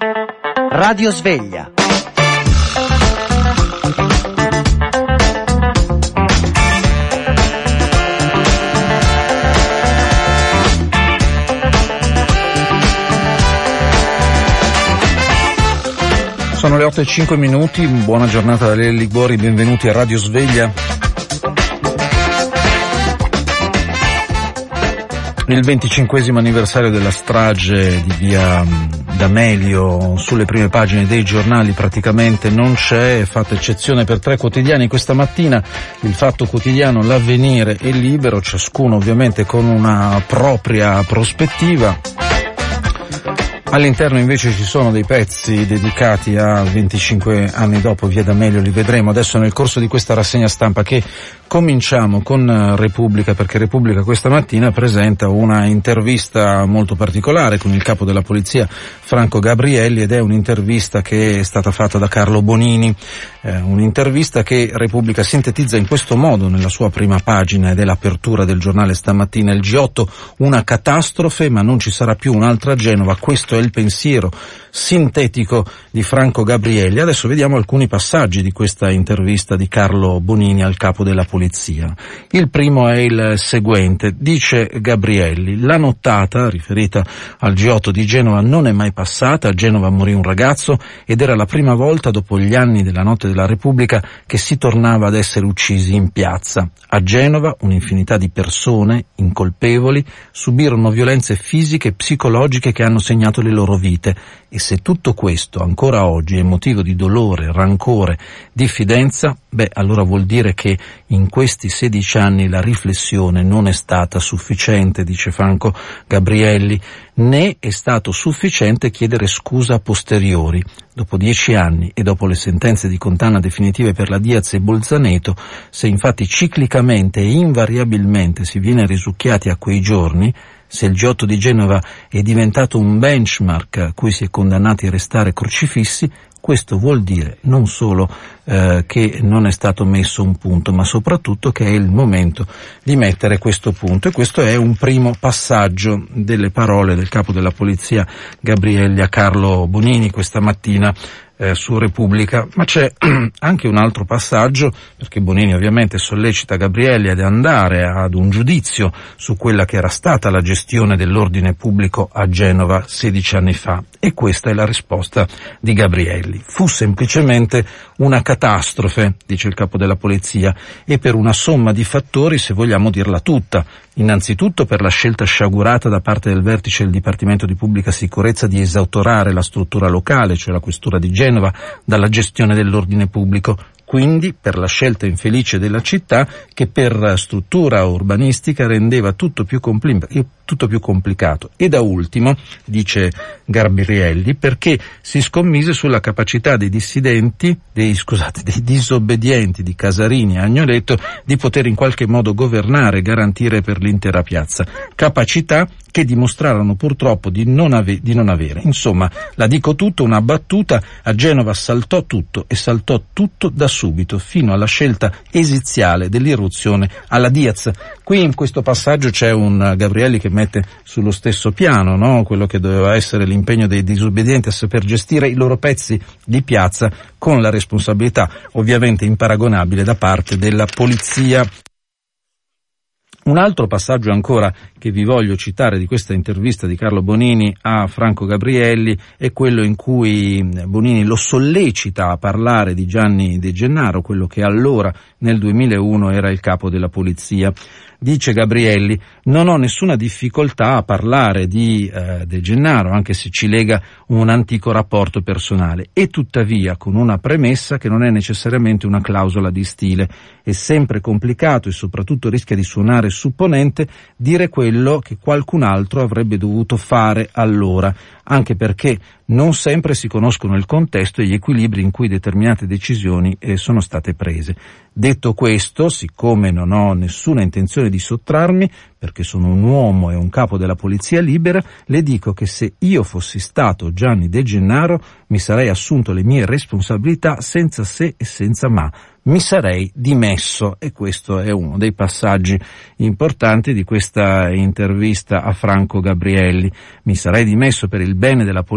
Radio Sveglia. Sono le 8:05, buona giornata da Lele Liguori, benvenuti a Radio Sveglia. Il 25esimo anniversario della strage di via D'Amelio sulle prime pagine dei giornali praticamente non c'è, fatta eccezione per 3 quotidiani questa mattina, il Fatto Quotidiano, l'Avvenire e Libero, ciascuno ovviamente con una propria prospettiva. All'interno invece ci sono dei pezzi dedicati a 25 anni dopo via D'Amelio, li vedremo adesso nel corso di questa rassegna stampa che cominciamo con Repubblica, perché Repubblica questa mattina presenta una intervista molto particolare con il capo della polizia Franco Gabrielli, ed è un'intervista che è stata fatta da Carlo Bonini, un'intervista che Repubblica sintetizza in questo modo nella sua prima pagina ed è l'apertura del giornale stamattina: il G8 una catastrofe ma non ci sarà più un'altra Genova, questo è il pensiero sintetico di Franco Gabrielli. Adesso vediamo alcuni passaggi di questa intervista di Carlo Bonini al capo della polizia. Il primo è il seguente, dice Gabrielli: la nottata riferita al G8 di Genova non è mai passata, a Genova morì un ragazzo ed era la prima volta dopo gli anni della notte della Repubblica che si tornava ad essere uccisi in piazza. A Genova un'infinità di persone incolpevoli subirono violenze fisiche e psicologiche che hanno segnato le loro vite. E se tutto questo ancora oggi è motivo di dolore, rancore, diffidenza, allora vuol dire che in questi 16 anni la riflessione non è stata sufficiente, dice Franco Gabrielli, né è stato sufficiente chiedere scusa a posteriori. Dopo 10 anni e dopo le sentenze di condanna definitive per la Diaz e Bolzaneto, se infatti ciclicamente e invariabilmente si viene risucchiati a quei giorni, se il G8 di Genova è diventato un benchmark a cui si è condannati a restare crocifissi, questo vuol dire non solo che non è stato messo un punto, ma soprattutto che è il momento di mettere questo punto. E questo è un primo passaggio delle parole del capo della polizia Gabrielli a Carlo Bonini questa mattina su Repubblica. Ma c'è anche un altro passaggio, perché Bonini ovviamente sollecita Gabrielli ad andare ad un giudizio su quella che era stata la gestione dell'ordine pubblico a Genova 16 anni fa, e questa è la risposta di Gabrielli: fu semplicemente una catastrofe, dice il capo della polizia, e per una somma di fattori, se vogliamo dirla tutta. Innanzitutto per la scelta sciagurata da parte del vertice del Dipartimento di Pubblica Sicurezza di esautorare la struttura locale, cioè la Questura di Genova, dalla gestione dell'ordine pubblico. Quindi per la scelta infelice della città che per struttura urbanistica rendeva tutto più complicato. E da ultimo, dice Gabrielli, perché si scommise sulla capacità dei disobbedienti di Casarini e Agnoletto di poter in qualche modo governare e garantire per l'intera piazza. Capacità che dimostrarono purtroppo di non avere. Insomma, la dico tutto, una battuta: a Genova saltò tutto e saltò tutto da subito, fino alla scelta esiziale dell'irruzione alla Diaz. Qui in questo passaggio c'è un Gabrielli che mette sullo stesso piano, no? Quello che doveva essere l'impegno dei disobbedienti a saper gestire i loro pezzi di piazza, con la responsabilità ovviamente imparagonabile da parte della polizia. Un altro passaggio ancora che vi voglio citare di questa intervista di Carlo Bonini a Franco Gabrielli è quello in cui Bonini lo sollecita a parlare di Gianni De Gennaro, quello che allora nel 2001 era il capo della polizia. Dice Gabrielli: non ho nessuna difficoltà a parlare di De Gennaro, anche se ci lega un antico rapporto personale, e tuttavia con una premessa che non è necessariamente una clausola di stile. È sempre complicato e soprattutto rischia di suonare supponente dire quello che qualcun altro avrebbe dovuto fare allora, anche perché non sempre si conoscono il contesto e gli equilibri in cui determinate decisioni sono state prese. Detto questo, siccome non ho nessuna intenzione di sottrarmi, perché sono un uomo e un capo della polizia libera, le dico che se io fossi stato Gianni De Gennaro mi sarei assunto le mie responsabilità senza se e senza ma. Mi sarei dimesso, e questo è uno dei passaggi importanti di questa intervista a Franco Gabrielli. Mi sarei dimesso per il bene della polizia,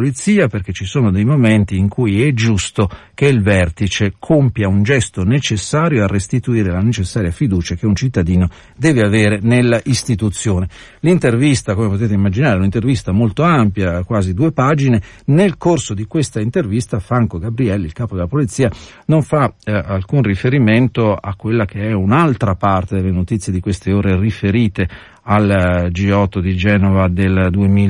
polizia, perché ci sono dei momenti in cui è giusto che il vertice compia un gesto necessario a restituire la necessaria fiducia che un cittadino deve avere nella istituzione. L'intervista, come potete immaginare, è un'intervista molto ampia, quasi 2 pagine. Nel corso di questa intervista Franco Gabrielli, il capo della polizia, non fa alcun riferimento a quella che è un'altra parte delle notizie di queste ore riferite al G8 di Genova del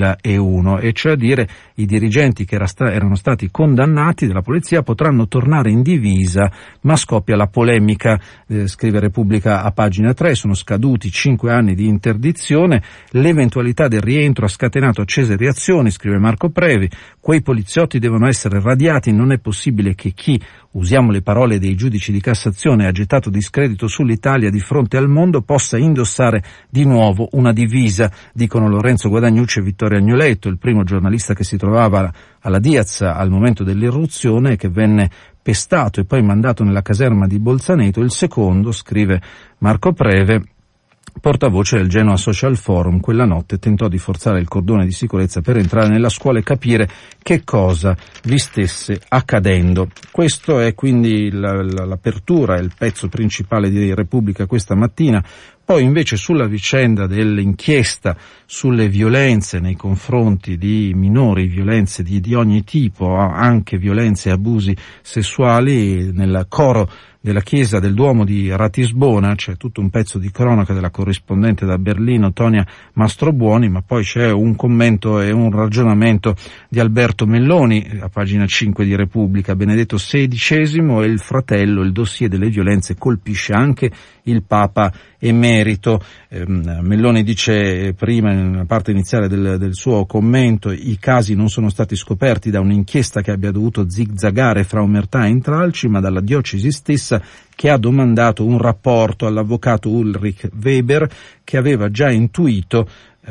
2001, e cioè a dire i dirigenti che erano stati condannati della polizia potranno tornare in divisa, ma scoppia la polemica, scrive Repubblica a pagina 3, sono scaduti 5 anni di interdizione, l'eventualità del rientro ha scatenato accese reazioni, scrive Marco Previ, quei poliziotti devono essere radiati, non è possibile che chi, usiamo le parole dei giudici di Cassazione, ha gettato discredito sull'Italia di fronte al mondo, possa indossare di nuovo una divisa, dicono Lorenzo Guadagnucci e Vittorio Agnoletto, il primo giornalista che si trovava alla Diaz al momento dell'irruzione e che venne pestato e poi mandato nella caserma di Bolzaneto, il secondo, scrive Marco Preve, portavoce del Genoa Social Forum, quella notte tentò di forzare il cordone di sicurezza per entrare nella scuola e capire che cosa vi stesse accadendo. Questo è quindi l'apertura, il pezzo principale di Repubblica questa mattina. Poi invece sulla vicenda dell'inchiesta sulle violenze nei confronti di minori, violenze di ogni tipo, anche violenze e abusi sessuali, nel coro della chiesa del Duomo di Ratisbona c'è tutto un pezzo di cronaca della corrispondente da Berlino Tonia Mastrobuoni, ma poi c'è un commento e un ragionamento di Alberto Melloni a pagina 5 di Repubblica. Benedetto XVI e il fratello, il dossier delle violenze colpisce anche il Papa emerito. Melloni dice prima, nella parte iniziale del suo commento, i casi non sono stati scoperti da un'inchiesta che abbia dovuto zigzagare fra omertà e intralci, ma dalla diocesi stessa che ha domandato un rapporto all'avvocato Ulrich Weber, che aveva già intuito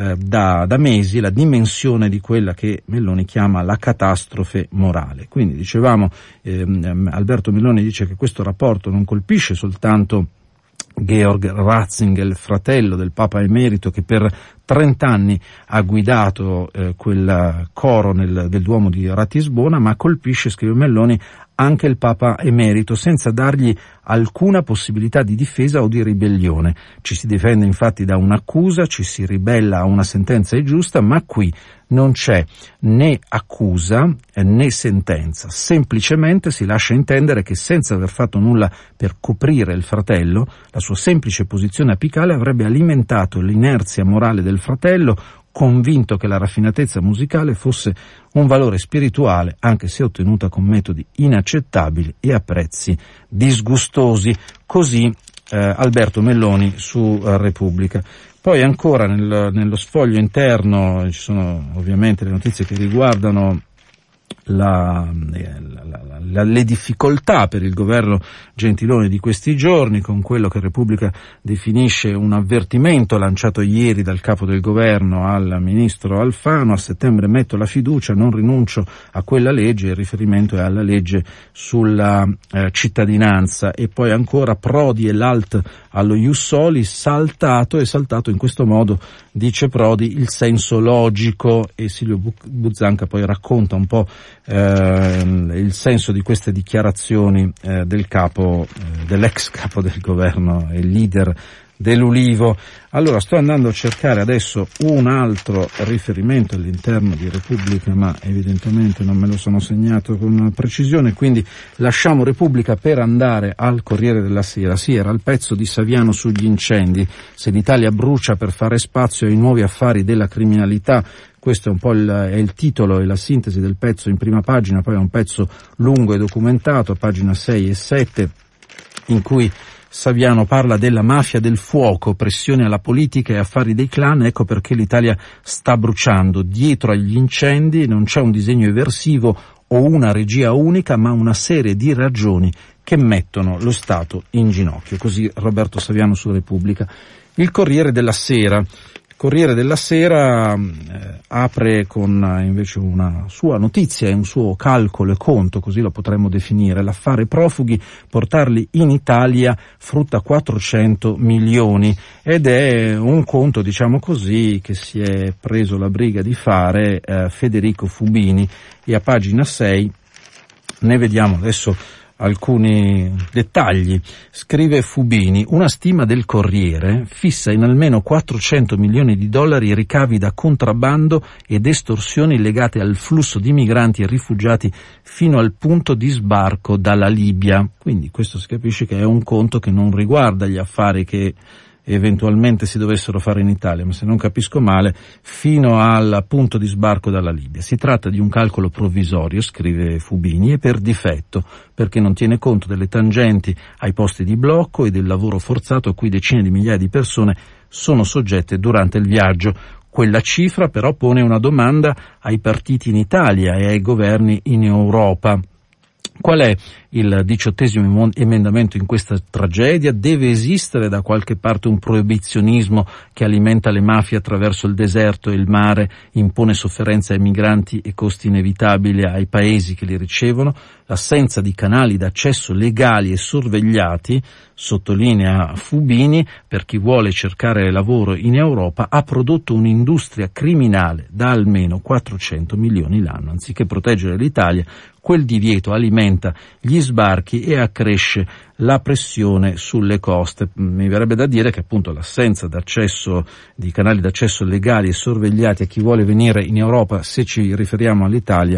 da mesi la dimensione di quella che Melloni chiama la catastrofe morale. Quindi dicevamo, Alberto Melloni dice che questo rapporto non colpisce soltanto Georg Ratzinger, fratello del Papa emerito, che per 30 anni ha guidato quel coro del Duomo di Ratisbona, ma colpisce, scrive Melloni, anche il Papa emerito, senza dargli alcuna possibilità di difesa o di ribellione. Ci si difende infatti da un'accusa, ci si ribella a una sentenza ingiusta, ma qui non c'è né accusa né sentenza, semplicemente si lascia intendere che senza aver fatto nulla per coprire il fratello, la sua semplice posizione apicale avrebbe alimentato l'inerzia morale del fratello, convinto che la raffinatezza musicale fosse un valore spirituale, anche se ottenuta con metodi inaccettabili e a prezzi disgustosi. Così Alberto Melloni su Repubblica. Poi ancora nello sfoglio interno ci sono ovviamente le notizie che riguardano le difficoltà per il governo Gentiloni di questi giorni, con quello che Repubblica definisce un avvertimento lanciato ieri dal capo del governo al ministro Alfano: a settembre metto la fiducia, non rinuncio a quella legge. Il riferimento è alla legge sulla cittadinanza. E poi ancora Prodi e l'alt allo Ius Soli, saltato in questo modo, dice Prodi, il senso logico, e Silvio Buzzanca poi racconta un po' il senso di queste dichiarazioni del capo, dell'ex capo del governo e leader dell'Ulivo. Allora sto andando a cercare adesso un altro riferimento all'interno di Repubblica, ma evidentemente non me lo sono segnato con precisione, quindi lasciamo Repubblica per andare al Corriere della Sera. Sì, era il pezzo di Saviano sugli incendi: se l'Italia brucia per fare spazio ai nuovi affari della criminalità. Questo è un po' è il titolo e la sintesi del pezzo in prima pagina. Poi è un pezzo lungo e documentato, a pagina 6 e 7, in cui Saviano parla della mafia del fuoco, pressione alla politica e affari dei clan. Ecco perché l'Italia sta bruciando. Dietro agli incendi non c'è un disegno eversivo o una regia unica, ma una serie di ragioni che mettono lo Stato in ginocchio. Così Roberto Saviano su Repubblica. Il Corriere della Sera Corriere della Sera apre con invece una sua notizia e un suo calcolo e conto, così lo potremmo definire. L'affare profughi, portarli in Italia frutta 400 milioni ed è un conto, diciamo così, che si è preso la briga di fare Federico Fubini, e a pagina 6 ne vediamo adesso alcuni dettagli. Scrive Fubini: una stima del Corriere fissa in almeno 400 milioni di dollari i ricavi da contrabbando ed estorsioni legate al flusso di migranti e rifugiati fino al punto di sbarco dalla Libia. Quindi questo si capisce che è un conto che non riguarda gli affari che eventualmente si dovessero fare in Italia, ma se non capisco male, fino al punto di sbarco dalla Libia. Si tratta di un calcolo provvisorio, scrive Fubini, e per difetto, perché non tiene conto delle tangenti ai posti di blocco e del lavoro forzato a cui decine di migliaia di persone sono soggette durante il viaggio. Quella cifra però pone una domanda ai partiti in Italia e ai governi in Europa. Qual è il 18° emendamento in questa tragedia? Deve esistere da qualche parte un proibizionismo che alimenta le mafie attraverso il deserto e il mare, impone sofferenza ai migranti e costi inevitabili ai paesi che li ricevono? L'assenza di canali d'accesso legali e sorvegliati, sottolinea Fubini, per chi vuole cercare lavoro in Europa, ha prodotto un'industria criminale da almeno 400 milioni l'anno. Anziché proteggere l'Italia, quel divieto alimenta gli sbarchi e accresce la pressione sulle coste. Mi verrebbe da dire che appunto l'assenza d'accesso di canali d'accesso legali e sorvegliati a chi vuole venire in Europa, se ci riferiamo all'Italia,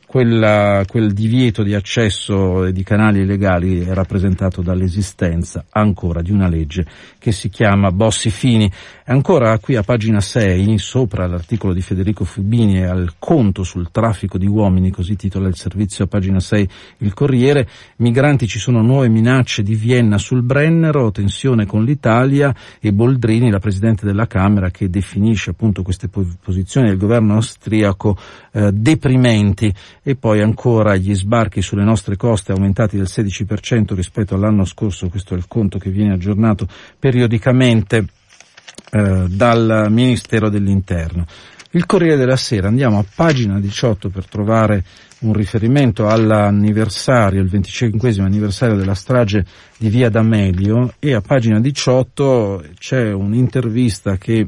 quel divieto di accesso e di canali legali è rappresentato dall'esistenza ancora di una legge che si chiama Bossi-Fini. Ancora qui a pagina 6, sopra l'articolo di Federico Fubini e al conto sul traffico di uomini, così titola il servizio a pagina 6 il Corriere: migranti, ci sono nuove minacce di Vienna sul Brennero, tensione con l'Italia, e Boldrini, la Presidente della Camera, che definisce appunto queste posizioni del governo austriaco deprimenti. E poi ancora gli sbarchi sulle nostre coste aumentati del 16% rispetto all'anno scorso. Questo è il conto che viene aggiornato periodicamente dal Ministero dell'Interno. Il Corriere della Sera, andiamo a pagina 18 per trovare un riferimento all'anniversario, il 25° anniversario della strage di Via D'Amelio, e a pagina 18 c'è un'intervista che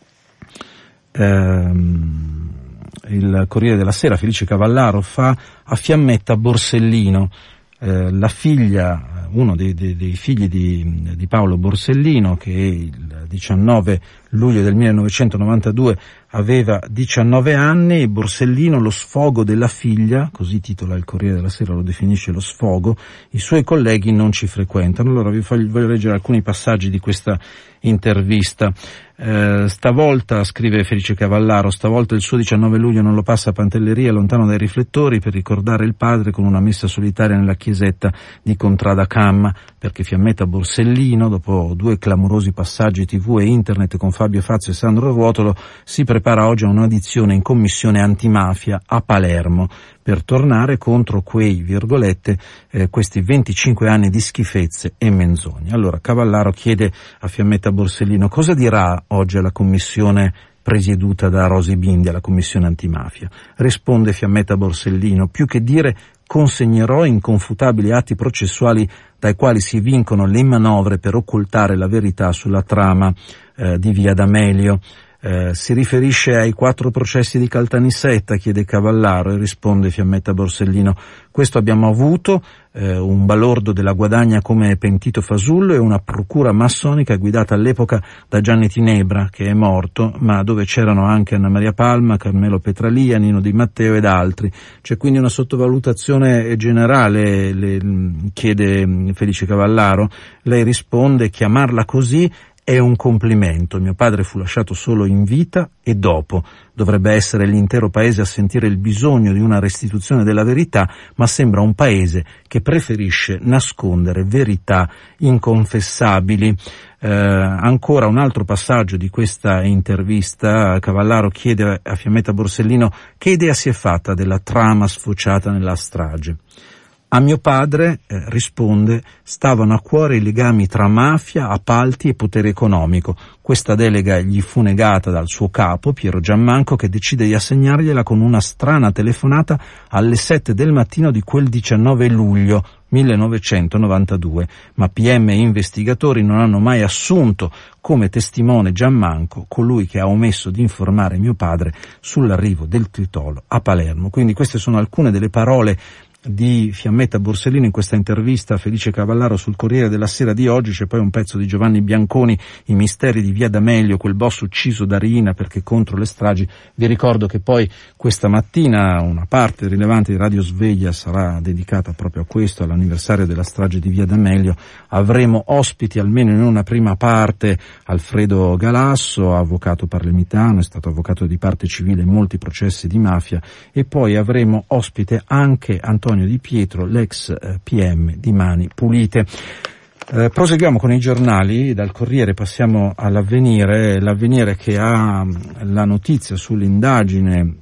il Corriere della Sera, Felice Cavallaro, fa a Fiammetta Borsellino, la figlia, uno dei figli di Paolo Borsellino, che il 19 luglio del 1992 aveva 19 anni, e Borsellino, lo sfogo della figlia, così titola il Corriere della Sera, lo definisce lo sfogo, i suoi colleghi non ci frequentano. Allora vi voglio leggere alcuni passaggi di questa intervista. Stavolta, scrive Felice Cavallaro, stavolta il suo 19 luglio non lo passa a Pantelleria, lontano dai riflettori, per ricordare il padre con una messa solitaria nella chiesetta di Contrada Camma, perché Fiammetta Borsellino, dopo 2 clamorosi passaggi TV e internet con Fabio Fazio e Sandro Ruotolo, si prepara oggi a un'audizione in commissione antimafia a Palermo per tornare contro quei, virgolette, questi 25 anni di schifezze e menzogne. Allora Cavallaro chiede a Fiammetta Borsellino cosa dirà oggi alla commissione presieduta da Rosi Bindi, alla commissione antimafia. Risponde Fiammetta Borsellino: più che dire, consegnerò inconfutabili atti processuali dai quali si vincono le manovre per occultare la verità sulla trama di Via D'Amelio. Si riferisce ai 4 processi di Caltanissetta, chiede Cavallaro, e risponde Fiammetta Borsellino: questo abbiamo avuto, un balordo della Guadagna come pentito fasullo e una procura massonica guidata all'epoca da Gianni Tinebra, che è morto, ma dove c'erano anche Anna Maria Palma, Carmelo Petralia, Nino Di Matteo ed altri. C'è quindi una sottovalutazione generale, chiede Felice Cavallaro. Lei risponde: chiamarla così è un complimento. Mio padre fu lasciato solo in vita e dopo. Dovrebbe essere l'intero paese a sentire il bisogno di una restituzione della verità, ma sembra un paese che preferisce nascondere verità inconfessabili. Ancora un altro passaggio di questa intervista. Cavallaro chiede a Fiammetta Borsellino che idea si è fatta della trama sfociata nella strage. A mio padre, risponde, stavano a cuore i legami tra mafia, appalti e potere economico. Questa delega gli fu negata dal suo capo, Piero Giammanco, che decide di assegnargliela con una strana telefonata alle 7 del mattino di quel 19 luglio 1992, ma PM e investigatori non hanno mai assunto come testimone Giammanco, colui che ha omesso di informare mio padre sull'arrivo del tritolo a Palermo. Quindi queste sono alcune delle parole di Fiammetta Borsellino in questa intervista a Felice Cavallaro sul Corriere della Sera di oggi. C'è poi un pezzo di Giovanni Bianconi, I misteri di Via D'Amelio, quel boss ucciso da Riina perché contro le stragi. Vi ricordo che poi questa mattina una parte rilevante di Radio Sveglia sarà dedicata proprio a questo, all'anniversario della strage di Via D'Amelio. Avremo ospiti almeno in una prima parte Alfredo Galasso, avvocato palermitano, è stato avvocato di parte civile in molti processi di mafia, e poi avremo ospite anche Antonio Di Pietro, l'ex PM di Mani Pulite. Proseguiamo con i giornali, dal Corriere passiamo all'Avvenire, l'Avvenire che ha la notizia sull'indagine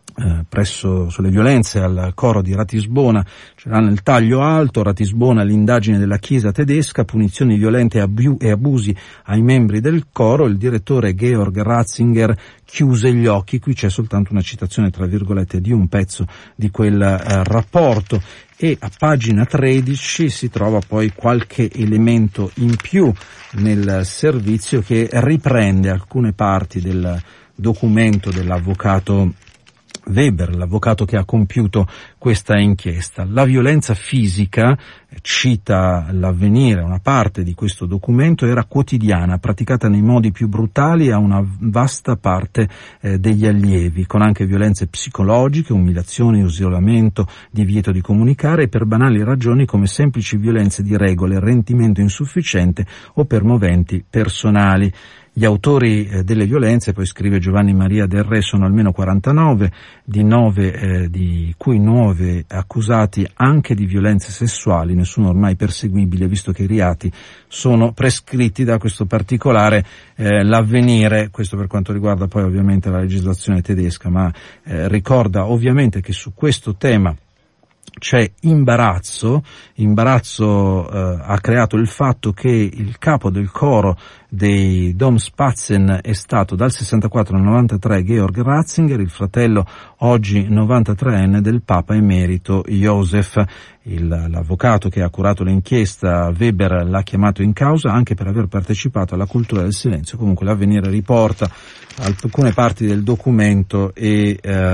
sulle violenze al coro di Ratisbona. C'era nel taglio alto: Ratisbona, l'indagine della Chiesa tedesca, punizioni violente e abusi ai membri del coro. Il direttore Georg Ratzinger chiuse gli occhi. Qui c'è soltanto una citazione tra virgolette di un pezzo di quel rapporto, e a pagina 13 si trova poi qualche elemento in più nel servizio che riprende alcune parti del documento dell'avvocato Weber, l'avvocato che ha compiuto questa inchiesta. La violenza fisica, cita l'Avvenire, una parte di questo documento, era quotidiana, praticata nei modi più brutali a una vasta parte degli allievi, con anche violenze psicologiche, umiliazioni, isolamento, divieto di comunicare, e per banali ragioni come semplici violenze di regole, rendimento insufficiente o per moventi personali. Gli autori delle violenze, poi scrive Giovanni Maria Del Re, sono almeno 49, di cui 9 accusati anche di violenze sessuali, nessuno ormai perseguibile visto che i reati sono prescritti da questo particolare l'Avvenire. Questo per quanto riguarda poi ovviamente la legislazione tedesca, ma ricorda ovviamente che su questo tema c'è imbarazzo ha creato il fatto che il capo del coro dei Domspatzen è stato dal 64 al 93 Georg Ratzinger, il fratello oggi 93enne del Papa emerito Joseph. L'avvocato che ha curato l'inchiesta, Weber, l'ha chiamato in causa anche per aver partecipato alla cultura del silenzio. Comunque l'Avvenire riporta alcune parti del documento e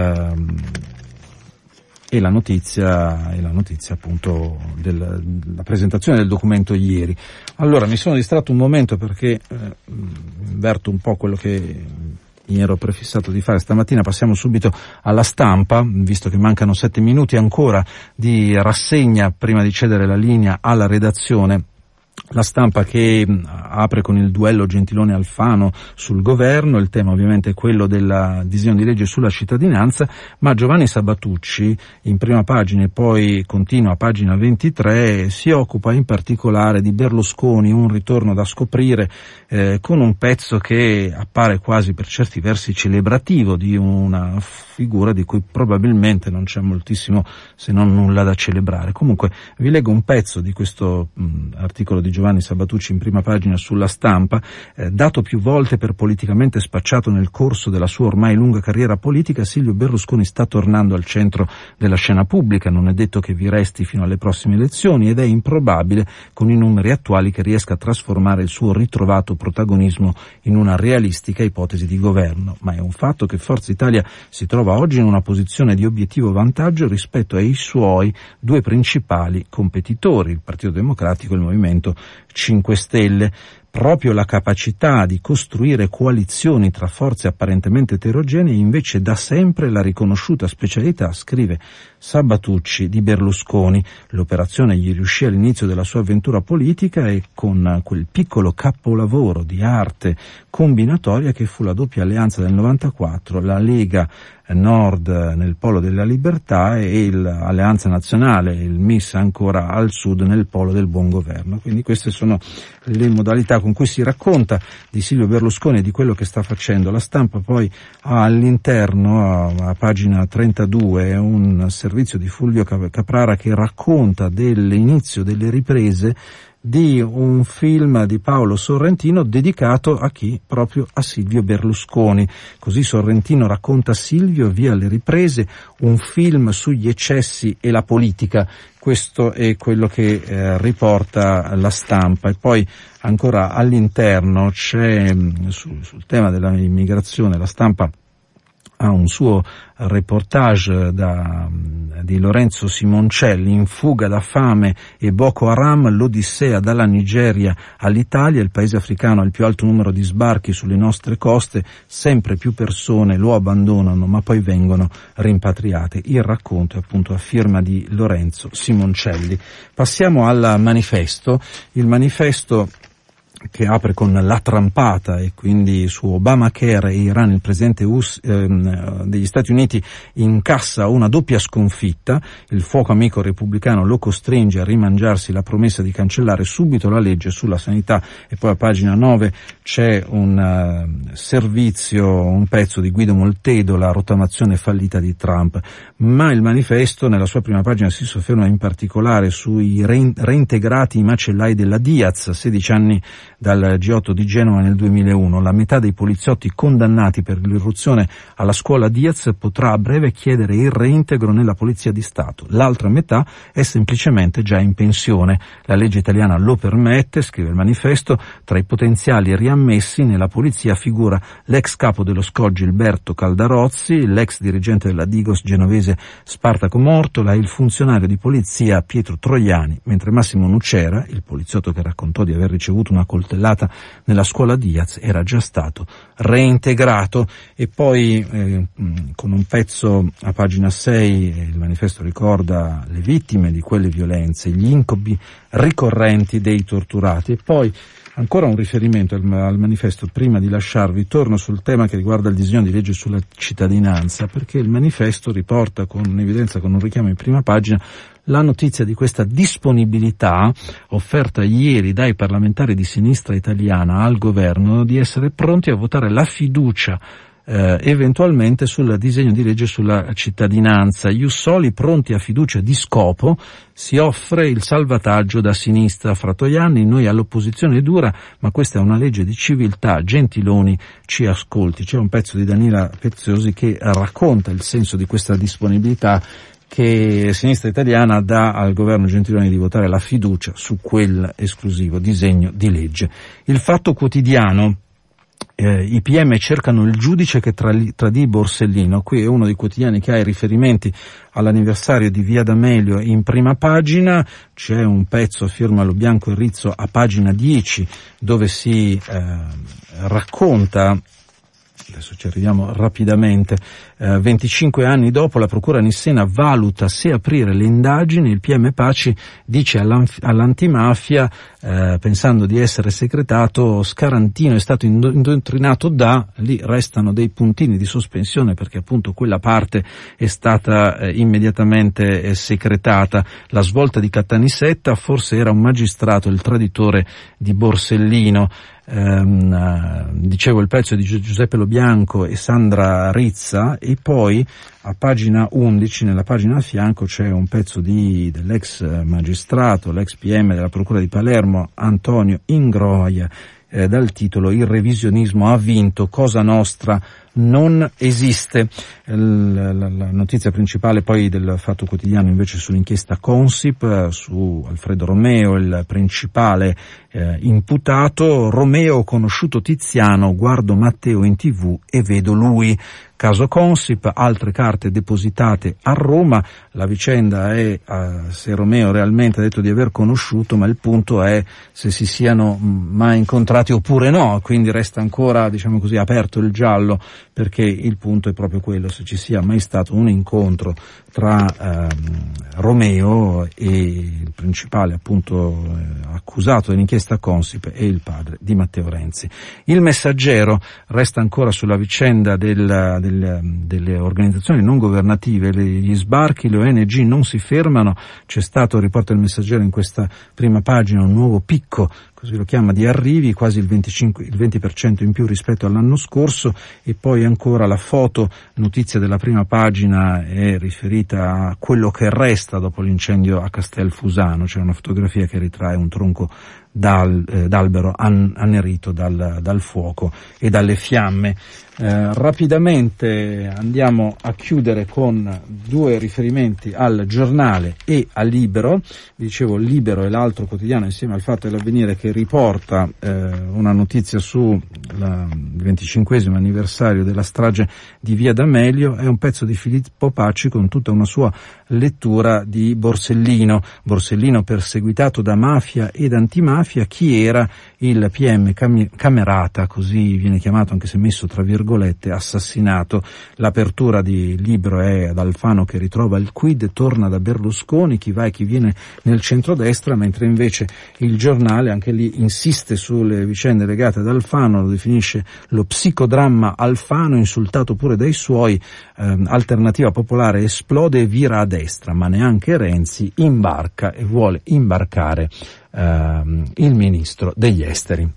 la notizia appunto della presentazione del documento ieri. Allora, mi sono distratto un momento perché inverto un po' quello che mi ero prefissato di fare stamattina. Passiamo subito alla Stampa, visto che mancano 7 minuti ancora di rassegna prima di cedere la linea alla redazione. La Stampa che apre con il duello Gentiloni-Alfano sul governo. Il tema ovviamente è quello del disegno di legge sulla cittadinanza, ma Giovanni Sabatucci in prima pagina e poi continua a pagina 23 si occupa in particolare di Berlusconi, un ritorno da scoprire, con un pezzo che appare quasi per certi versi celebrativo di una figura di cui probabilmente non c'è moltissimo se non nulla da celebrare. Comunque vi leggo un pezzo di questo articolo di Giovanni Sabatucci in prima pagina sulla Stampa. Dato più volte per politicamente spacciato nel corso della sua ormai lunga carriera politica, Silvio Berlusconi sta tornando al centro della scena pubblica. Non è detto che vi resti fino alle prossime elezioni ed è improbabile con i numeri attuali che riesca a trasformare il suo ritrovato protagonismo in una realistica ipotesi di governo, ma è un fatto che Forza Italia si trova oggi in una posizione di obiettivo vantaggio rispetto ai suoi due principali competitori, il Partito Democratico e il Movimento 5 Stelle. Proprio la capacità di costruire coalizioni tra forze apparentemente eterogenee invece da sempre la riconosciuta specialità, scrive Sabatucci, di Berlusconi. L'operazione gli riuscì all'inizio della sua avventura politica e con quel piccolo capolavoro di arte combinatoria che fu la doppia alleanza del 94, la Lega Nord nel polo della libertà e l'Alleanza Nazionale, il MIS ancora al sud nel polo del buon governo. Quindi queste sono le modalità con con cui si racconta di Silvio Berlusconi e di quello che sta facendo. La Stampa poi ha all'interno, a pagina 32, un servizio di Fulvio Caprara che racconta dell'inizio delle riprese di un film di Paolo Sorrentino dedicato a chi? Proprio a Silvio Berlusconi. Così Sorrentino racconta Silvio, via le riprese, un film sugli eccessi e la politica. Questo è quello che riporta La Stampa. E poi ancora all'interno c'è sul tema dell'immigrazione, La Stampa ha un suo reportage di Lorenzo Simoncelli, In fuga da fame e Boko Haram, l'odissea dalla Nigeria all'Italia. Il paese africano ha il più alto numero di sbarchi sulle nostre coste, sempre più persone lo abbandonano ma poi vengono rimpatriate. Il racconto è appunto a firma di Lorenzo Simoncelli. Passiamo al manifesto. Il manifesto che apre con la trampata e quindi su Obamacare e Iran il presidente degli Stati Uniti incassa una doppia sconfitta. Il fuoco amico repubblicano lo costringe a rimangiarsi la promessa di cancellare subito la legge sulla sanità. E poi a pagina 9 c'è un servizio, un pezzo di Guido Moltedo, la rottamazione fallita di Trump. Ma il manifesto nella sua prima pagina si sofferma in particolare sui reintegrati macellai della Diaz, 16 anni dal G8 di Genova nel 2001. La metà dei poliziotti condannati per l'irruzione alla scuola Diaz potrà a breve chiedere il reintegro nella Polizia di Stato. L'altra metà è semplicemente già in pensione. La legge italiana lo permette, scrive il manifesto. Tra i potenziali riammessi nella polizia figura l'ex capo dello SCO Gilberto Caldarozzi, l'ex dirigente della Digos genovese Spartaco Mortola e il funzionario di polizia Pietro Troiani, mentre Massimo Nucera, il poliziotto che raccontò di aver ricevuto una coltellata nella scuola Diaz, era già stato reintegrato. E poi con un pezzo a pagina 6 il manifesto ricorda le vittime di quelle violenze, gli incubi ricorrenti dei torturati. E poi ancora un riferimento al manifesto. Prima di lasciarvi torno sul tema che riguarda il disegno di legge sulla cittadinanza, perché il manifesto riporta con evidenza, con un richiamo in prima pagina, la notizia di questa disponibilità offerta ieri dai parlamentari di sinistra italiana al governo di essere pronti a votare la fiducia eventualmente sul disegno di legge sulla cittadinanza. Ius soli, pronti a fiducia di scopo, si offre il salvataggio da sinistra. Fra Toianni, noi all'opposizione dura, ma questa è una legge di civiltà, Gentiloni ci ascolti. C'è un pezzo di Danila Preziosi che racconta il senso di questa disponibilità che Sinistra Italiana dà al governo Gentiloni di votare la fiducia su quel esclusivo disegno di legge. Il Fatto Quotidiano. I PM cercano il giudice che tradì Borsellino. Qui è uno dei quotidiani che ha i riferimenti all'anniversario di Via D'Amelio in prima pagina. C'è un pezzo a firma Lo Bianco e Rizzo a pagina 10 dove si racconta, adesso ci arriviamo rapidamente, 25 anni dopo la procura nissena valuta se aprire le indagini. Il PM Paci dice all'antimafia, pensando di essere segretato, Scarantino è stato indottrinato lì restano dei puntini di sospensione perché appunto quella parte è stata immediatamente secretata. La svolta di Cattanissetta, forse era un magistrato il traditore di Borsellino. Dicevo, il pezzo di Giuseppe Lo Bianco e Sandra Rizza. E poi a pagina 11, nella pagina a fianco, c'è un pezzo dell'ex magistrato, l'ex PM della Procura di Palermo, Antonio Ingroia, dal titolo Il revisionismo ha vinto, Cosa Nostra non esiste. La notizia principale poi del Fatto Quotidiano invece sull'inchiesta Consip, su Alfredo Romeo, il principale imputato. Romeo, ho conosciuto Tiziano, guardo Matteo in TV e vedo lui. Caso Consip, altre carte depositate a Roma. La vicenda è se Romeo realmente ha detto di aver conosciuto, ma il punto è se si siano mai incontrati oppure no, quindi resta ancora, diciamo così, aperto il giallo, perché il punto è proprio quello, se ci sia mai stato un incontro tra Romeo e il principale appunto accusato dell'inchiesta Consip e il padre di Matteo Renzi. Il Messaggero resta ancora sulla vicenda delle organizzazioni non governative, gli sbarchi, le ONG non si fermano. C'è stato, riporta il Messaggero in questa prima pagina, un nuovo picco, così lo chiama, di arrivi, quasi il 20% in più rispetto all'anno scorso. E poi ancora la foto, notizia della prima pagina, è riferita a quello che resta dopo l'incendio a Castelfusano. C'è una fotografia che ritrae un tronco d'albero annerito dal fuoco e dalle fiamme. Rapidamente andiamo a chiudere con due riferimenti al Giornale e a Libero. Dicevo, Libero è l'altro quotidiano insieme al Fatto e l'Avvenire che riporta una notizia sul 25esimo anniversario della strage di Via D'Amelio. È un pezzo di Filippo Pacci con tutta una sua lettura di Borsellino perseguitato da mafia ed antimafia. Chi era il PM Camerata, così viene chiamato anche se messo tra virgolette, assassinato. L'apertura di Libro è ad Alfano che ritrova il quid, torna da Berlusconi, chi va e chi viene nel centrodestra, mentre invece il Giornale anche lì insiste sulle vicende legate ad Alfano, lo definisce lo psicodramma Alfano, insultato pure dai suoi. Alternativa Popolare esplode e vira a destra, ma neanche Renzi imbarca e vuole imbarcare il ministro degli esteri.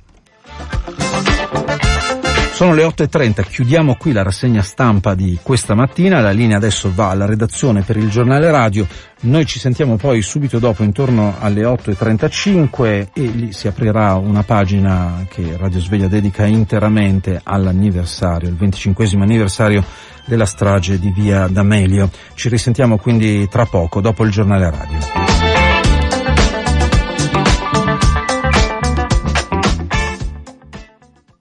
Sono le 8:30, chiudiamo qui la rassegna stampa di questa mattina. La linea adesso va alla redazione per il Giornale Radio. Noi ci sentiamo poi subito dopo, intorno alle 8:35, e lì si aprirà una pagina che Radio Sveglia dedica interamente all'anniversario, il 25esimo anniversario della strage di Via D'Amelio. Ci risentiamo quindi tra poco, dopo il Giornale Radio.